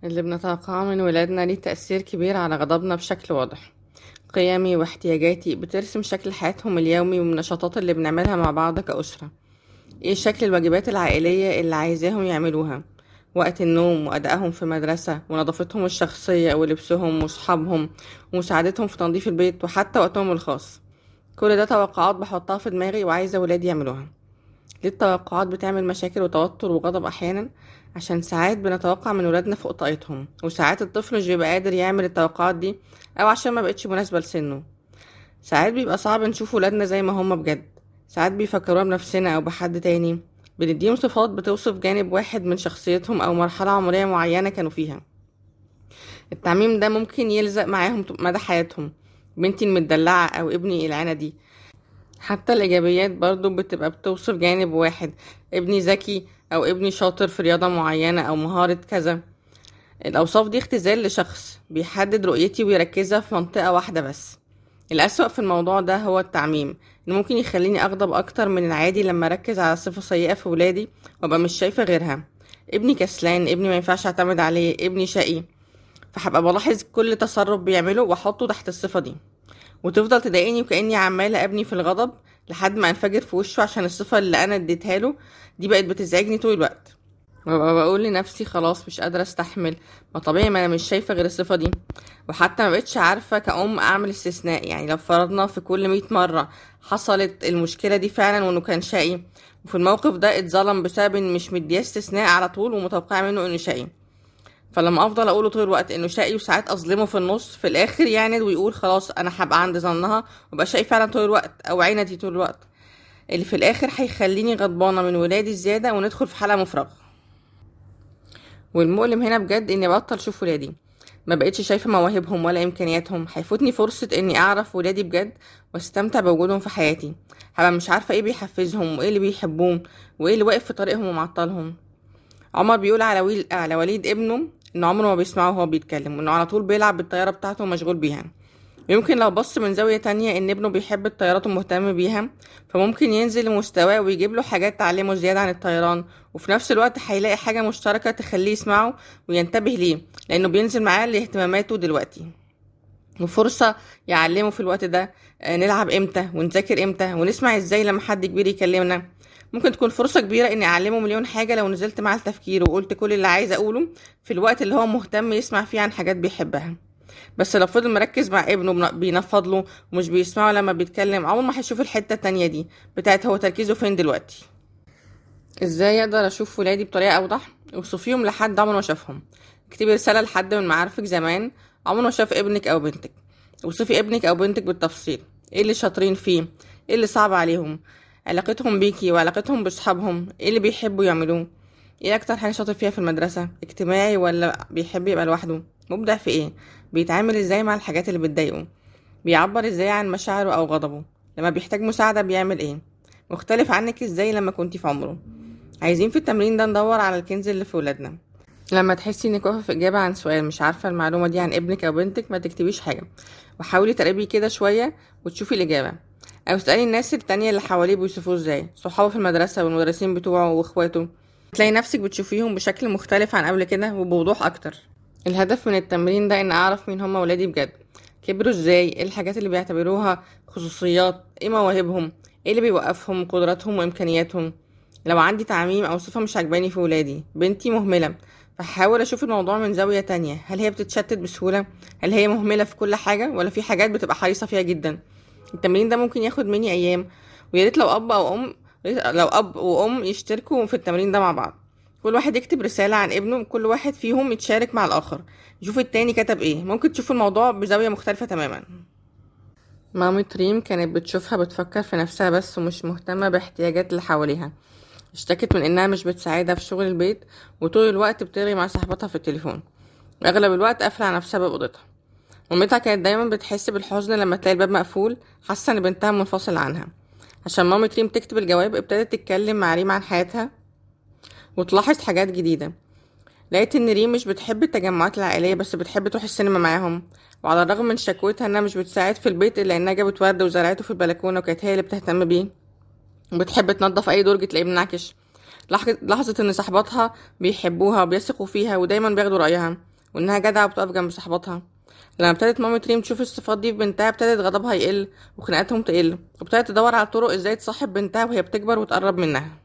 اللي بنتوقعه من ولادنا ليه تأثير كبير على غضبنا بشكل واضح. قيمي واحتياجاتي بترسم شكل حياتهم اليومي والنشاطات اللي بنعملها مع بعض كأسرة. ايه شكل الواجبات العائلية اللي عايزاهم يعملوها، وقت النوم وأدائهم في مدرسة ونظافتهم الشخصية ولبسهم وصحابهم ومساعدتهم في تنظيف البيت وحتى وقتهم الخاص. كل ده توقعات بحطها في دماغي وعايزة ولادي يعملوها. ليه التوقعات بتعمل مشاكل وتوتر وغضب أحيانا؟ عشان ساعات بنتوقع من ولادنا فوق طاقتهم، وساعات الطفل مش بيبقى قادر يعمل التوقعات دي، أو عشان ما بقتش مناسبة لسنه. ساعات بيبقى صعب نشوف ولادنا زي ما هما بجد، ساعات بيفكرونا بنفسنا أو بحد تاني، بنديهم صفات بتوصف جانب واحد من شخصيتهم أو مرحلة عمرية معينة كانوا فيها. التعميم ده ممكن يلزق معاهم مدى حياتهم. بنتي المدلعة أو ابني العندي. حتى الإيجابيات برضو بتبقى بتوصف جانب واحد، ابني ذكي أو ابني شاطر في رياضة معينة أو مهارة كذا. الأوصاف دي اختزال لشخص بيحدد رؤيتي ويركزها في منطقة واحدة بس. الأسوأ في الموضوع ده هو التعميم، إنه ممكن يخليني أغضب أكتر من العادي لما أركز على صفة سيئة في ولادي وأبقى مش شايفة غيرها. ابني كسلان، ابني ما ينفعش اعتمد عليه، ابني شقي. فهبقى بلاحظ كل تصرف بيعمله واحطه تحت الصفة دي، وتفضل تضايقني وكأني عمالة ابني في الغضب لحد ما انفجر في وشه عشان الصفة اللي انا اديتها له دي بقت بتزعجني طول الوقت. وببقى بقول لنفسي خلاص مش قادرة استحمل، ما طبيعي، ما انا مش شايفة غير الصفة دي. وحتى ما بقتش عارفة كأم اعمل استثناء، يعني لو فرضنا في كل 100 مرة حصلت المشكلة دي فعلا وانه كان شقي، وفي الموقف ده اتظلم بسبب ان مش مديه استثناء على طول ومتوقعة منه انه شقي، فلما افضل اقوله طول الوقت انه شقي وساعات اظلمه في النص، في الاخر يعند ويقول خلاص انا هبقى عند ظنها وابقى شقي فعلا طول الوقت او عندي طول الوقت، اللي في الاخر هيخليني غضبانه من ولادي الزياده وندخل في حاله مفرغه. والمؤلم هنا بجد اني بطل اشوف ولادي، ما بقتش شايفه مواهبهم ولا امكانياتهم. هيفوتني فرصه اني اعرف ولادي بجد واستمتع بوجودهم في حياتي. هبقى مش عارفه ايه بيحفزهم وايه اللي بيحبوهم وايه اللي واقف في طريقهم ومعطلهم. عمر بيقول على وليد ابنه انه عمره ما بيسمعه وهو بيتكلم، وانه على طول بيلعب بالطيارة بتاعته ومشغول بيها. يمكن لو بص من زاوية تانية ان ابنه بيحب الطيارات ومهتم بيها، فممكن ينزل لمستواه ويجيب له حاجات تعلمه زيادة عن الطيران، وفي نفس الوقت هيلاقي حاجة مشتركة تخليه يسمعه وينتبه ليه، لانه بينزل معاه لاهتماماته دلوقتي. وفرصة يعلمه في الوقت ده نلعب امتى ونذاكر امتى ونسمع ازاي لما حد كبير يكلمنا. ممكن تكون فرصة كبيرة اني اعلمه مليون حاجة لو نزلت مع التفكير وقلت كل اللي عايزة اقوله في الوقت اللي هو مهتم يسمع فيه عن حاجات بيحبها. بس لو فضل مركز مع ابنه بينفض له ومش بيسمعه لما بيتكلم، عمره ما هيشوف الحتة التانية دي بتاعت هو تركيزه فين دلوقتي. ازاي اقدر اشوف ولادي بطريقة اوضح؟ اوصفيهم لحد عمره ما شافهم. اكتبي رسالة لحد من معارفك زمان عمره ما شاف ابنك او بنتك. اوصفي ابنك او بنتك بالتفصيل، ايه اللي شاطرين فيه، ايه اللي صعب عليهم، علاقتهم بيكي وعلاقتهم باصحابهم، ايه اللي بيحبوا يعملوه، ايه اكتر حاجة شاطر فيها في المدرسة، اجتماعي ولا بيحب يبقى لوحده، مبدع في ايه، بيتعامل ازاي مع الحاجات اللي بتضايقه، بيعبر ازاي عن مشاعره او غضبه، لما بيحتاج مساعدة بيعمل ايه، مختلف عنك ازاي لما كنتي في عمره. عايزين في التمرين ده ندور على الكنز اللي في ولادنا. لما تحسي انك واقفه في اجابه عن سؤال مش عارفه المعلومه دي عن ابنك او بنتك، ما تكتبيش حاجه، وحاولي تقربي كده شويه وتشوفي الاجابه، او اسالي الناس التانية اللي حواليه بيوصفوه ازاي، صحابه في المدرسه والمدرسين بتوعه واخواته. تلاقي نفسك بتشوفيهم بشكل مختلف عن قبل كده وبوضوح اكتر. الهدف من التمرين ده ان اعرف مين هم ولادي بجد، كبروا ازاي، ايه الحاجات اللي بيعتبروها خصوصيات، ايه مواهبهم، ايه اللي بيوقفهم، قدراتهم وامكانياتهم. لو عندي تعميم او صفة مش عجباني في ولادي، بنتي مهملة، فحاول اشوف الموضوع من زاوية تانية. هل هي بتتشتت بسهولة؟ هل هي مهملة في كل حاجة ولا في حاجات بتبقى حريصة فيها جدا؟ التمرين ده ممكن ياخد مني ايام، ويا ريت لو اب وام يشتركوا في التمرين ده مع بعض. كل واحد يكتب رسالة عن ابنه، كل واحد فيهم يتشارك مع الاخر، يشوف التاني كتب ايه. ممكن تشوفوا الموضوع بزاوية مختلفة تماما. مامي ريم كانت بتشوفها بتفكر في نفسها بس ومش مهتمة باحتياجات اللي حواليها. اشتكت من انها مش بتساعدها في شغل البيت، وطول الوقت بترغي مع صاحبتها في التليفون، واغلب الوقت قافله على نفسها باب اوضتها. مامتها كانت دايما بتحس بالحزن لما تلاقي الباب مقفول، حاسه ان بنتها منفصل عنها. عشان مامة ريم تكتب الجواب ابتدت تتكلم مع ريم عن حياتها وتلاحظ حاجات جديده. لقيت ان ريم مش بتحب التجمعات العائليه بس بتحب تروح السينما معاهم، وعلى الرغم من شكوتها انها مش بتساعد في البيت الا انها جابت ورد وزرعته في البلكونه وكانت هي اللي بتهتم بيه، وبتحب تنظف اي درج تلاقيه منعكش. لاحظت ان صاحباتها بيحبوها وبيثقوا فيها ودايما بياخدوا رأيها، وانها جدعه وبتقف جنب صحباتها. لما ابتدت مامة ريم تشوف الصفات دي في بنتها ابتدت غضبها يقل وخناقاتهم تقل، وابتدت تدور على طرق ازاي تصاحب بنتها وهي بتكبر وتقرب منها.